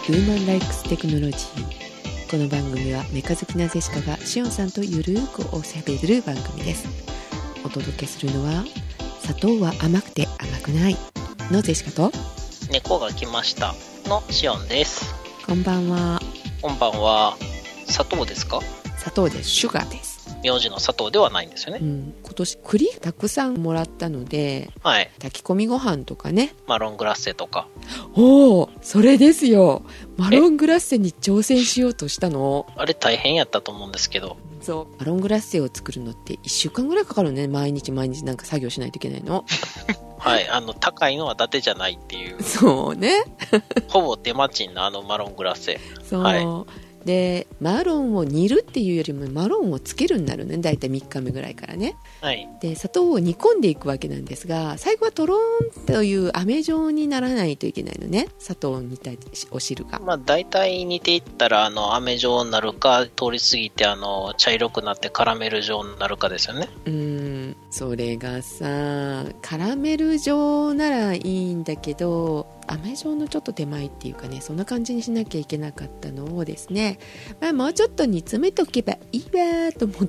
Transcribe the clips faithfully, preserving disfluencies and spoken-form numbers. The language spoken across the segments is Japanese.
Woman Likes Technology。 この番組はメカ好きなゼシカがシオンさんとゆるーくおしゃべる番組です。お届けするのは砂糖は甘くて甘くないのゼシカと猫が来ましたのシオンです。 こんばんは。 こんばんは。砂糖ですか？ 砂糖です。シュガーです。 名字の砂糖ではないんですよね、 うん、今年栗たくさんもらったので、 はい、 炊き込みご飯とかね、 マロングラッセとか。 おー、それですよ。マロングラッセに挑戦しようとしたの。 あれ大変やったと思うんですけど。 そうマロングラッセを作るのっていっしゅうかんぐらいかかるね。毎日毎日なんか作業しないといけないのはい、あの高いのは伊達じゃないっていうそうねほぼ手間賃のあのマロングラッセ。 そう、 はい、 でマロンを煮るっていうよりもマロンをつけるになるね。だいたいみっかめぐらいからね、 はい、 で砂糖を煮込んでいくわけなんですが、最後はトローンという飴状にならないといけないのね。砂糖を煮たお汁が、 まあ大体煮ていったらあの飴状になるか、通り過ぎてあの茶色くなってカラメル状になるかですよね。 うーんそれがさ、カラメル状ならいいんだけど飴状のちょっと手前っていうかね、そんな感じにしなきゃいけなかったのをですね、まあ、もうちょっと煮詰めておけばいいわと思って、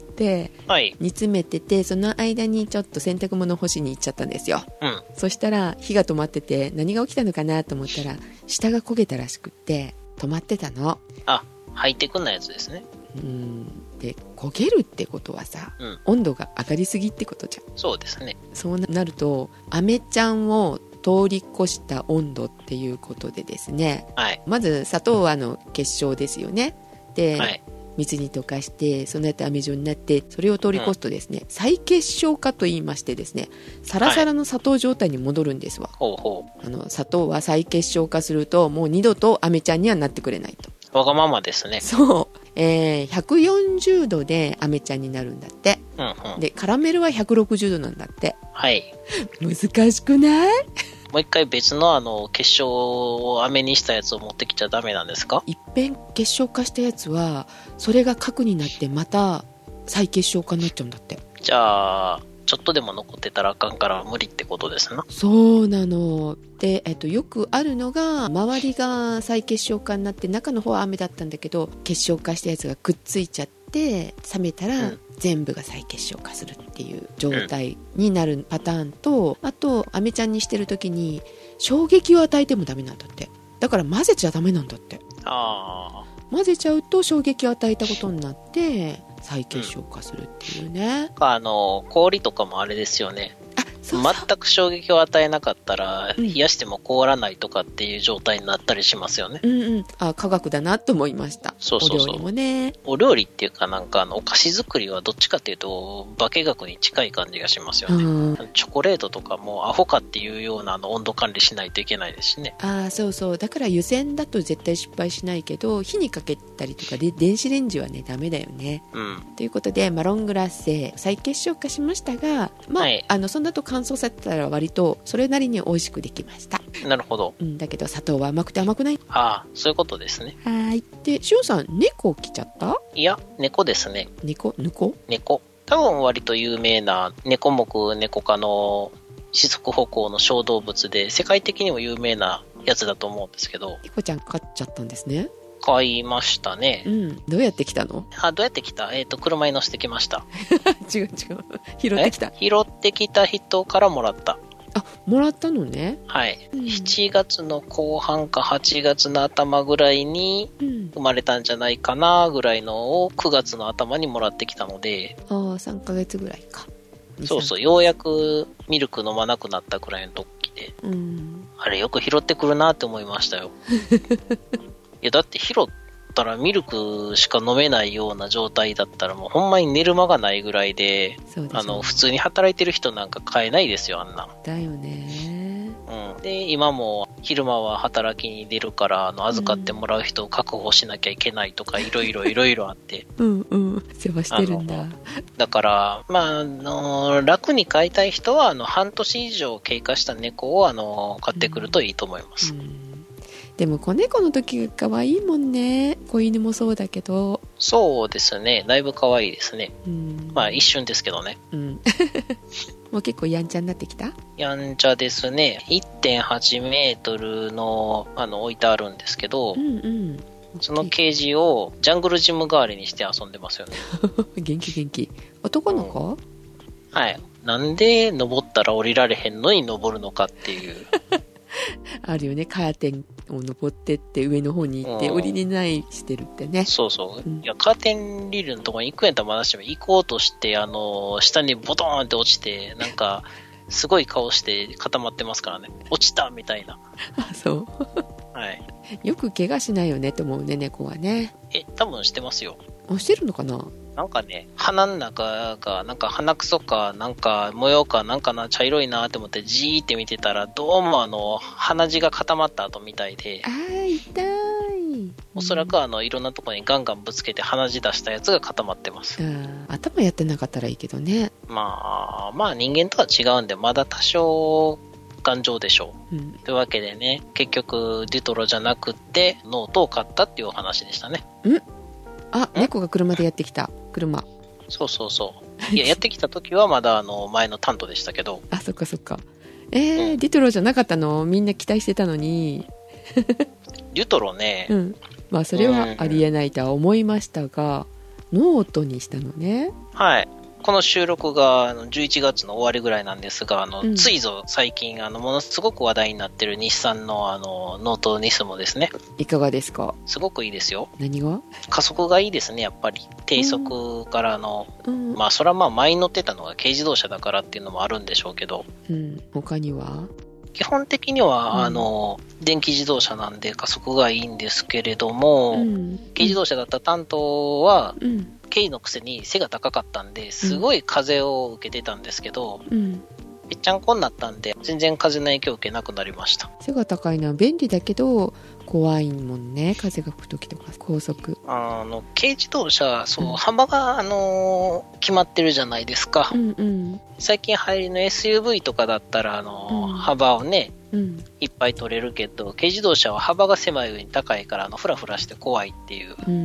はい、 煮詰めてて、その間にちょっと洗濯物干しに行っちゃったんですよ、 うん、 そしたら火が止まってて、何が起きたのかなと思ったら下が焦げたらしくって止まってたの。 あ、ハイテクなやつですね。 うんで焦げるってことはさ、 うん、 温度が上がりすぎってことじゃん。 そうですね。 そうなると飴ちゃんを通り越した温度っていうことでですね、 はい、 まず砂糖はあの結晶ですよね。で、はい、水に溶かしてその後飴状になって、それを通り越すとですね、うん、再結晶化と言いましてですね、サラサラの砂糖状態に戻るんですわ、はい、 ほうほう。 あの砂糖は再結晶化するともう二度と飴ちゃんにはなってくれないと。 わがままですね。 そう、えー、ひゃくよんじゅうどで飴ちゃんになるんだって、うんうん、でカラメルはひゃくろくじゅうどなんだって。 はい、 難しくない？ もう一回別のあの結晶を飴にしたやつを持ってきちゃダメなんですか？ いっぺん結晶化したやつはそれが核になってまた再結晶化になっちゃうんだって。 じゃあちょっとでも残ってたらあかんから無理ってことですな。 そうなので、えっと、よくあるのが周りが再結晶化になって中の方は飴だったんだけど、結晶化したやつがくっついちゃって冷めたら全部が再結晶化するっていう状態になるパターンと、あと飴ちゃんにしてる時に衝撃を与えてもダメなんだって。だから混ぜちゃダメなんだって。 あ混ぜちゃうと衝撃を与えたことになって再結晶化するっていうね、 うん、あの氷とかもあれですよね。そうそう、全く衝撃を与えなかったら、うん、冷やしても凍らないとかっていう状態になったりしますよね。 うんうん、あ、科学だなと思いました。そうそうそう、お料理もね。 お料理っていうかなんかあのお菓子作りはどっちかっていうと化学に近い感じがしますよね、うん、チョコレートとかもアホかっていうようなあの温度管理しないといけないですしね。 あ、そうそう、だから湯煎だと絶対失敗しないけど火にかけたりとかで電子レンジはねダメだよね、うん、ということでマロングラッセ再結晶化しましたが、まあ、はい、あのその後乾燥させたら割とそれなりに美味しくできました。 なるほど、 うん、だけど砂糖は甘くて甘くない。 ああ、そういうことですね。 はい。で、しおさん猫来ちゃった？ いや、猫ですね。 猫？猫？ 猫。多分割と有名な猫目猫科の四足歩行の小動物で世界的にも有名なやつだと思うんですけど。 猫ちゃん飼っちゃったんですね。 飼いましたね。 うん。どうやって来たの？ あ、どうやって来た？えっと、車に乗せてきました。 違う違う。拾ってきた。 拾ってきた人からもらった。 あ、もらったのね。 はい、うん、しちがつの後半かはちがつの頭ぐらいに生まれたんじゃないかなぐらいのをくがつの頭にもらってきたので、 ああ、さんかげつぐらいか。 そうそう、ようやくミルク飲まなくなったくらいの時で、 うん、 あれよく拾ってくるなって思いましたよいやだって拾ったらミルクしか飲めないような状態だったらもうほんまに寝る間がないぐらい で, であの普通に働いてる人なんか買えないですよ、あんなだよね、 うん、で今も昼間は働きに出るからあの預かってもらう人を確保しなきゃいけないとか、いろいろいろいろあってうんうん世話してるんだ。 だからまあ、あの楽に飼いたい人はあの半年以上経過した猫をあの買ってくるといいと思います、うんうん、 でも子猫の時が可愛いもんね。子犬もそうだけど。 そうですね、だいぶ可愛いですね、 うん、 まあ一瞬ですけどね、 うんもう結構やんちゃになってきた？ やんちゃですね。いってんはちメートルの、あの、置いてあるんですけど、 うんうん、 そのケージをジャングルジム代わりにして遊んでますよね。 元気元気。男の子？うん、 はい。なんで登ったら降りられへんのに登るのかっていう。 あるよね。カーテンを登ってって上の方に行って降りれないしてるってね。 そうそう。うん、いや、カーテンリールのところに行くんやったらまだしも行こうとして、あの、下にボトーンって落ちて、なんか、すごい顔して固まってますからね。落ちたみたいな。 あ、そう。 はい。 よく怪我しないよねと思うね、猫はね。 え、多分してますよ。 あ、してるのかな？ なんかね、鼻の中が、なんか鼻くそか、なんか模様か、なんかな、茶色いなって思ってじーって見てたら、どうもあの、鼻血が固まった後みたいで。 あー、痛い。 おそらくあの、いろんなところにガンガンぶつけて鼻血出したやつが固まってます。 あ、頭やってなかったらいいけどね。 まあ、まあ人間とは違うんで、まだ多少、頑丈でしょう、うん、というわけでね、結局デュトロじゃなくってノートを買ったっていうお話でしたね。 んあ、猫が車でやってきた。車。そうそうそう。いや、やってきた時はまだあの前のタントでしたけど。 あ、そっかそっか。えー、うん、デュトロじゃなかったの？みんな期待してたのに。 デュトロね。 うん。まあそれはありえないとは思いましたが、うん、ノートにしたのね。 はい。この収録がじゅういちがつの終わりぐらいなんですが、あの、うん、ついぞ最近あのものすごく話題になってる日産のあのノートニスモですね。 いかがですか？ すごくいいですよ。 何が？ 加速がいいですね、やっぱり。低速からの、うんうん、まあそれはまあ前に乗ってたのが軽自動車だからっていうのもあるんでしょうけど。 うん。他には？ 基本的には、うん、あの電気自動車なんで加速がいいんですけれども、うん、軽自動車だった担当は、うん、軽のくせに背が高かったんですごい風を受けてたんですけど、うん、ぺっちゃんこになったんで全然風の影響を受けなくなりました。 背が高いのは便利だけど怖いもんね、風が吹く時とか高速。 あの軽自動車、そう、うん、幅が、あのー、決まってるじゃないですか、うんうん、最近流行りの エスユーブイ とかだったら、あのーうん、幅をね、うん、いっぱい取れるけど軽自動車は幅が狭い上に高いからあのフラフラして怖いっていう、うん、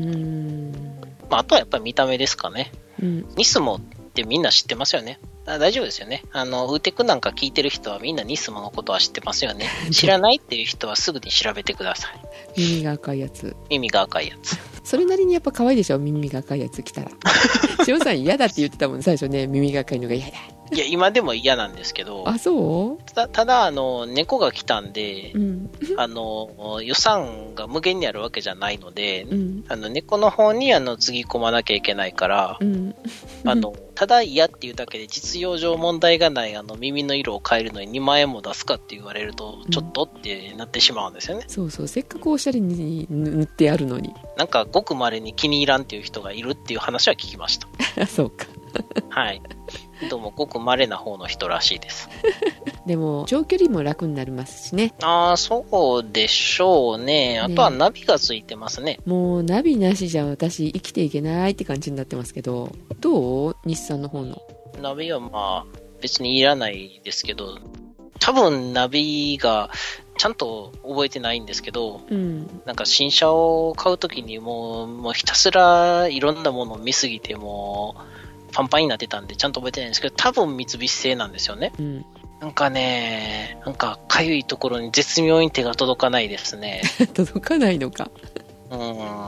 まあ、あとはやっぱり見た目ですかね、うん、ニスモってみんな知ってますよね。大丈夫ですよね。あのウーテクなんか聞いてる人はみんなニスモのことは知ってますよね。知らないっていう人はすぐに調べてください。 耳が赤いやつ。 耳が赤いやつ。 それなりにやっぱ可愛いでしょ、耳が赤いやつ来たら。しおさん嫌だって言ってたもん最初ね、耳が赤いのが嫌だ。 いや今でも嫌なんですけど。 あ、そう？ た, ただあの猫が来たんで、うん、あの予算が無限にあるわけじゃないので、うん、あの猫の方にあのつぎ込まなきゃいけないから、うん、あのただ嫌っていうだけで実用上問題がないあの耳の色を変えるのににまんえんも出すかって言われるとちょっとってなってしまうんですよね、 うん、そうそう、せっかくおしゃれに塗ってあるのになんかごく稀に気に入らんっていう人がいるっていう話は聞きました。 そうか。 はい。どうもごく稀な方の人らしいです。 でも長距離も楽になりますしね。 ああ、そうでしょうね。あとはナビがついてますね。 もうナビなしじゃ私生きていけないって感じになってますけど、どう？日産の方のナビはまあ別にいらないですけど、多分ナビがちゃんと覚えてないんですけど、うん、なんか新車を買うときにもう、もうひたすらいろんなものを見すぎてもうパンパンになってたんでちゃんと覚えてないんですけど、多分三菱製なんですよね、うん、なんかね、なんかかゆいところに絶妙に手が届かないですね。 届かないのか。 うん、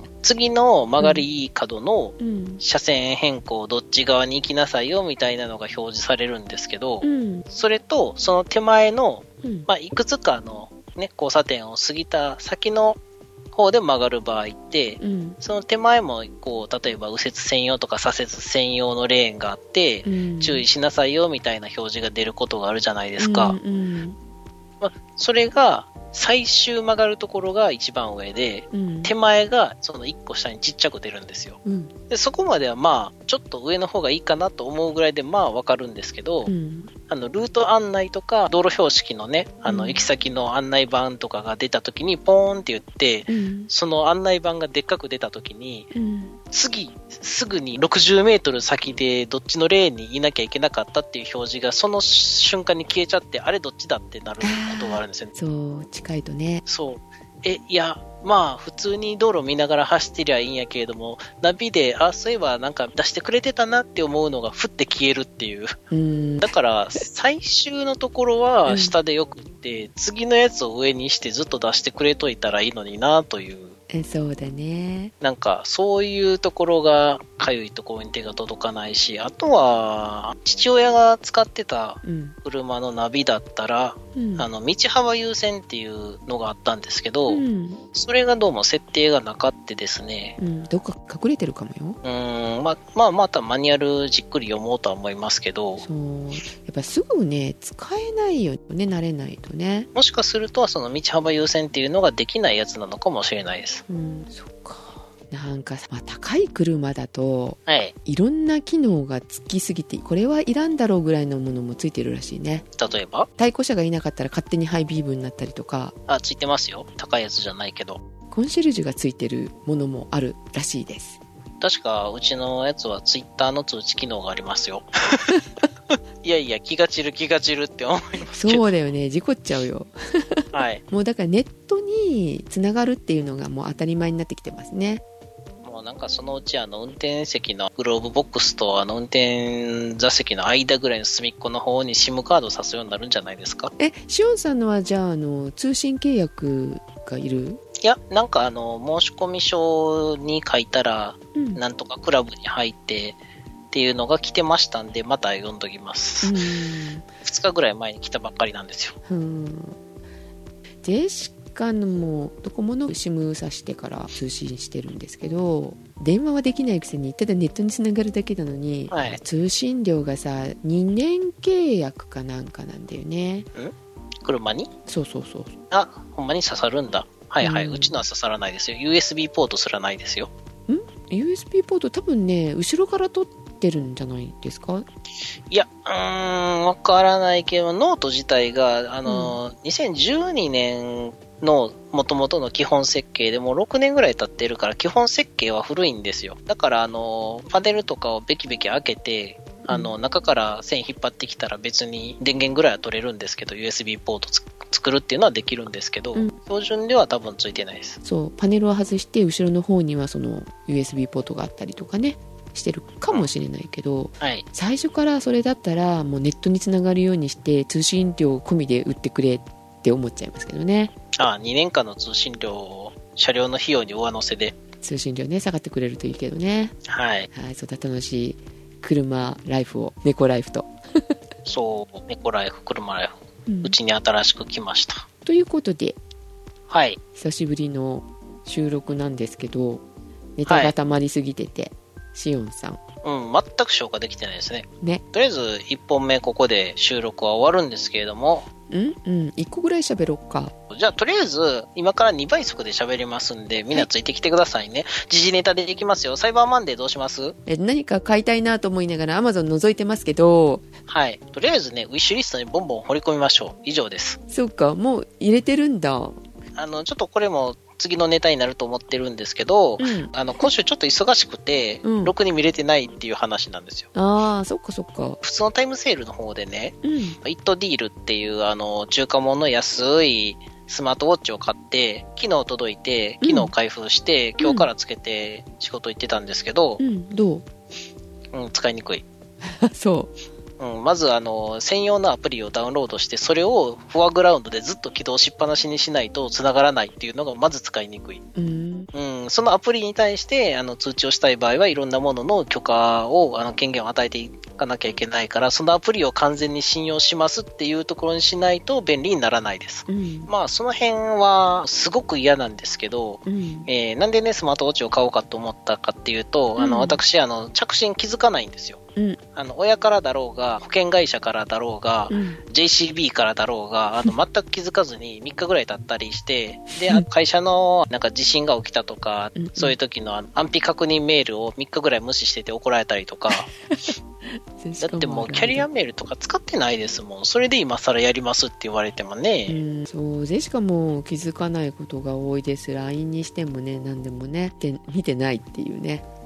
次の曲がり角の車線変更どっち側に行きなさいよみたいなのが表示されるんですけど、うん、それとその手前の、うんまあ、いくつかの、ね、交差点を過ぎた先の方で曲がる場合って、うん、その手前もこう例えば右折専用とか左折専用のレーンがあって、うん、注意しなさいよみたいな表示が出ることがあるじゃないですか、うんうんまあ、それが最終曲がるところが一番上で、うん、手前がそのいっこ下にちっちゃく出るんですよ、うん、でそこまではまあちょっと上の方がいいかなと思うぐらいでまあわかるんですけど、うん、あのルート案内とか道路標識のねあの行き先の案内板とかが出た時にポーンって言って、うん、その案内板がでっかく出た時に、うん、次すぐにろくじゅうメートル先でどっちのレーンにいなきゃいけなかったっていう表示がその瞬間に消えちゃって、あれどっちだってなることがあるんですよね。 そう近いとね。 そうえ、いや、まあ、普通に道路見ながら走ってりゃいいんやけれども、ナビで、あ、そういえばなんか出してくれてたなって思うのが、ふって消えるっていう。 うん、 だから、最終のところは下でよくって、うん、次のやつを上にしてずっと出してくれといたらいいのになという。 そうだね。 なんか、そういうところが、かゆいところに手が届かないし、あとは、父親が使ってた車のナビだったら、うん、あの、道幅優先っていうのがあったんですけど、うん、それがどうも設定がなかってですね。 うん、どっか隠れてるかもよ。 うん、ま、まあ、またマニュアルじっくり読もうとは思いますけど。 そう。やっぱすぐね、使えないよね、慣れないとね。 もしかすると、その道幅優先っていうのができないやつなのかもしれないです。 うん、そっか。なんか、まあ、高い車だと、 はい、 いろんな機能がつきすぎて、これはいらんだろうぐらいのものもついてるらしいね。 例えば対向車がいなかったら勝手にハイビームになったりとか。 あ、ついてますよ。高いやつじゃないけど。 コンシェルジュがついてるものもあるらしいです。 確か、うちのやつはツイッターの通知機能がありますよ。いやいや、気が散る気が散るって思いますけど。 そうだよね、事故っちゃうよ。 はい。 もうだからネットにつながるっていうのがもう当たり前になってきてますね。 もうなんかそのうちあの運転席のグローブボックスとあの運転座席の間ぐらいの隅っこの方に SIM カードを挿すようになるんじゃないですか。 え、しおんさんのはじゃあ、あの通信契約がいる？ いや、なんかあの申込書に書いたら、うん、なんとかクラブに入ってっていうのが来てましたんで、また読んどきます。うん、ふつかぐらい前に来たばっかりなんですよ。 うん、ジェシカのもドコモの SIM 挿してから通信してるんですけど、電話はできないくせにただネットにつながるだけなのに、はい、通信料がさにねん契約かなんかなんだよね。ん？ 車に？ そうそうそう。 あ、ほんまに刺さるんだ。はいはい、うん、うちのは刺さらないですよ。ユーエスビー ポートすらないですよ。 ん？ ユーエスビー ポート多分ね、後ろから取ってるんじゃないですか？ いや、うーん、わからないけど、ノート自体が、あの、うん、にせんじゅうにねんの元々の基本設計でもうろくねんぐらい経ってるから、基本設計は古いんですよ。だから、あの、パネルとかをベキベキ開けて、あの、中から線引っ張ってきたら別に電源ぐらいは取れるんですけど、ユーエスビー ポートつ作るっていうのはできるんですけど、うん、標準では多分ついてないです。 そう、パネルを外して後ろの方にはその ユーエスビー ポートがあったりとかねしてるかもしれないけど、うん、はい、最初からそれだったらもうネットにつながるようにして通信料込みで売ってくれって思っちゃいますけどね。 ああ、にねんかんの通信料を車両の費用に上乗せで通信料ね下がってくれるといいけどね。 はい、 はい、そうだ、楽しい車ライフを、猫ライフとそう、猫ライフ、車ライフ、うち、ん、に新しく来ました。 ということで、 はい、 久しぶりの収録なんですけど、ネタが溜まりすぎてて、はい、しおんさん、 うん、全く消化できてないですね。 ね。 とりあえずいっぽんめここで収録は終わるんですけれども、 うんうん、いっこぐらい喋ろうか。 じゃあとりあえず今からにばい速で喋りますんで、みんなついてきてくださいね。時事ネタでいきますよ。サイバーマンデーどうします？ え、何か買いたいなと思いながら Amazon 覗いてますけど、 はい、とりあえずね、ウィッシュリストにボンボン掘り込みましょう。以上です。 そうか、もう入れてるんだ。 あのちょっとこれも次のネタになると思ってるんですけど、うん、あの今週ちょっと忙しくて、うん、ろくに見れてないっていう話なんですよ。 ああ、そっかそっか。 普通のタイムセールの方でね、うん、イットディールっていうあの中華もんの安いスマートウォッチを買って、昨日届いて、昨日開封して、うん、今日からつけて仕事行ってたんですけど、 うん、どう？ うん、使いにくい。 そう。 うん、まずあの専用のアプリをダウンロードして、それをフォアグラウンドでずっと起動しっぱなしにしないと繋がらないっていうのがまず使いにくい。うん、うん、そのアプリに対してあの通知をしたい場合はいろんなものの許可をあの権限を与えていかなきゃいけないから、そのアプリを完全に信用しますっていうところにしないと便利にならないです。うん、まあその辺はすごく嫌なんですけど、うん、えー、なんでねスマートウォッチを買おうかと思ったかっていうと、うん、あの私あの着信気づかないんですよ。うん、あの親からだろうが保険会社からだろうが、うん、ジェイシービー からだろうがあの全く気づかずにみっかぐらい経ったりしてで会社のなんか地震が起きたとか、うん、そういう時の安否確認メールをみっかぐらい無視してて怒られたりとかだってもうキャリアメールとか使ってないですもん。それで今更やりますって言われてもね、 うん、そうでしかも気づかないことが多いです。 ライン にしてもね何でもねで見てないっていうね。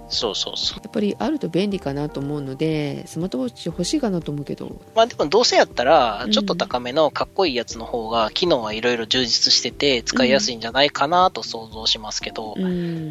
そうそうそう。 やっぱりあると便利かなと思うので、スマートウォッチ欲しいかなと思うけど。 まあでもどうせやったら、ちょっと高めのかっこいいやつの方が、機能はいろいろ充実してて、使いやすいんじゃないかなと想像しますけど、 うん、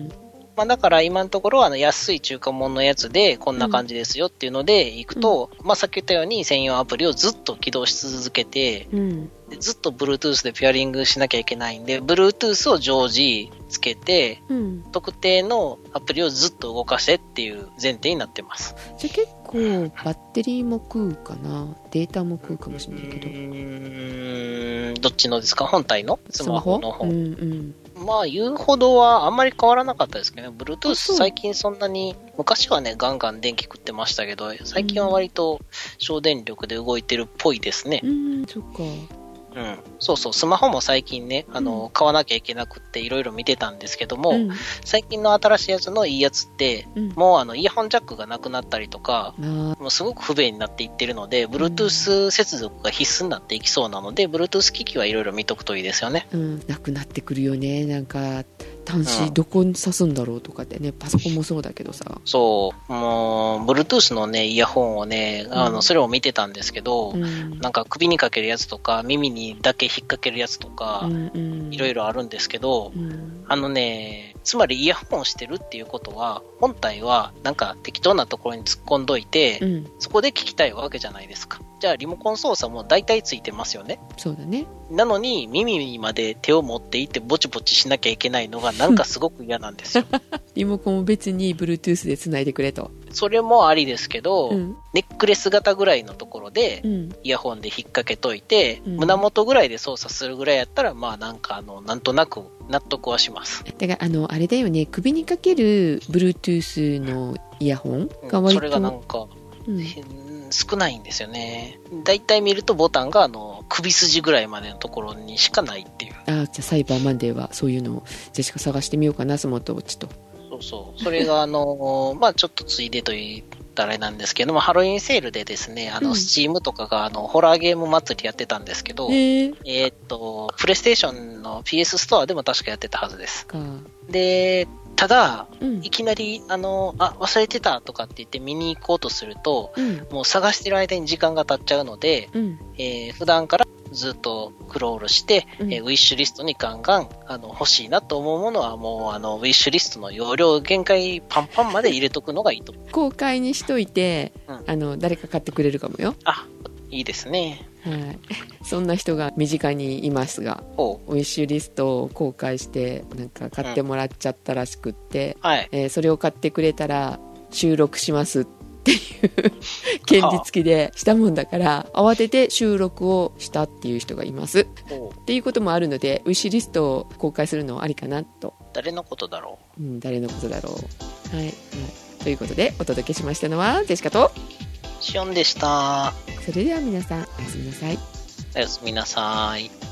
まあだから今のところはあの安い中華もんのやつでこんな感じですよっていうので行くと、うん、まあさっき言ったように専用アプリをずっと起動し続けて、うん、でずっと Bluetooth でペアリングしなきゃいけないんで、Bluetooth を常時つけて、うん、特定のアプリをずっと動かしてっていう前提になってます。 じゃあ結構バッテリーも食うかな、データも食うかもしれないけど。うーん、どっちのですか？本体のスマホの方。 うんうんまあ言うほどはあんまり変わらなかったですけどね。Bluetooth 最近そんなに、昔はねガンガン電気食ってましたけど、最近は割と省電力で動いてるっぽいですね。 うん、そっか。 うん、そうそう、スマホも最近ね、あの、うん、買わなきゃいけなくっていろいろ見てたんですけども、うん、最近の新しいやつのいいやつって、うん、もうあの、イヤホンジャックがなくなったりとか、もうすごく不便になっていってるので、Bluetooth 接続が必須になっていきそうなので、Bluetooth 機器はいろいろ見とくといいですよね。 うん、なくなってくるよね、なんか、端子どこに挿すんだろうとかってね、パソコンもそうだけどさ。 そう、もう、Bluetooth のね、イヤホンをね、あの、それを見てたんですけど、うん、なんか首にかけるやつとか、耳にだけ引っ掛けるやつとか、いろいろあるんですけど、うん、あのね、つまりイヤホンしてるっていうことは、本体はなんか適当なところに突っ込んどいて、うん、そこで聞きたいわけじゃないですか。じゃあリモコン操作も大体ついてますよね。 そうだね。 なのに耳にまで手を持っていってぼちぼちしなきゃいけないのがなんかすごく嫌なんですよ。 リモコンを別に Bluetooth で繋いでくれと。 それもありですけど、うん、ネックレス型ぐらいのところで、うん、イヤホンで引っ掛けといて、うん、胸元ぐらいで操作するぐらいやったら、まあなんかあの、なんとなく納得はします。 だからあの、あれだよね、首にかける Bluetooth のイヤホンが割と、うん、 それがなんか、うん少ないんですよね。だいたい見るとボタンがあの首筋ぐらいまでのところにしかないっていう。 ああ、じゃあサイバーマンデーはそういうのをジェシカ探してみようかな、スマートウォッチと。 そうそう。それがあのまあちょっとついでと言ったらあれなんですけども、ハロウィンセールでですね、あの、うん、スチームとかがあのホラーゲーム祭りやってたんですけど、えー、えー、っとプレイステーションの ピーエス ストアでも確かやってたはずです。で。ただ、うん、いきなり、あの、あ、忘れてたとかって言って見に行こうとすると、うん、もう探してる間に時間が経っちゃうので、うん、えー、普段からずっとクロールして、うん、えー、ウィッシュリストにガンガン、あの、欲しいなと思うものはもう、あの、ウィッシュリストの容量限界パンパンまで入れとくのがいいと。 公開にしといて、うん、あの、誰か買ってくれるかもよ。 あ、いいですね。 はい、そんな人が身近にいますが、ウィッシュリストを公開してなんか買ってもらっちゃったらしくって、うん、はいえー、それを買ってくれたら収録しますっていう現実付きでしたもんだから慌てて収録をしたっていう人がいますっていうこともあるので、ウィッシュリストを公開するのはありかなと。 誰のことだろう、うん、誰のことだろう、はい、はい、ということでお届けしましたのはジェシカとシオンでした。 それでは皆さんおやすみなさい。 おやすみなさい。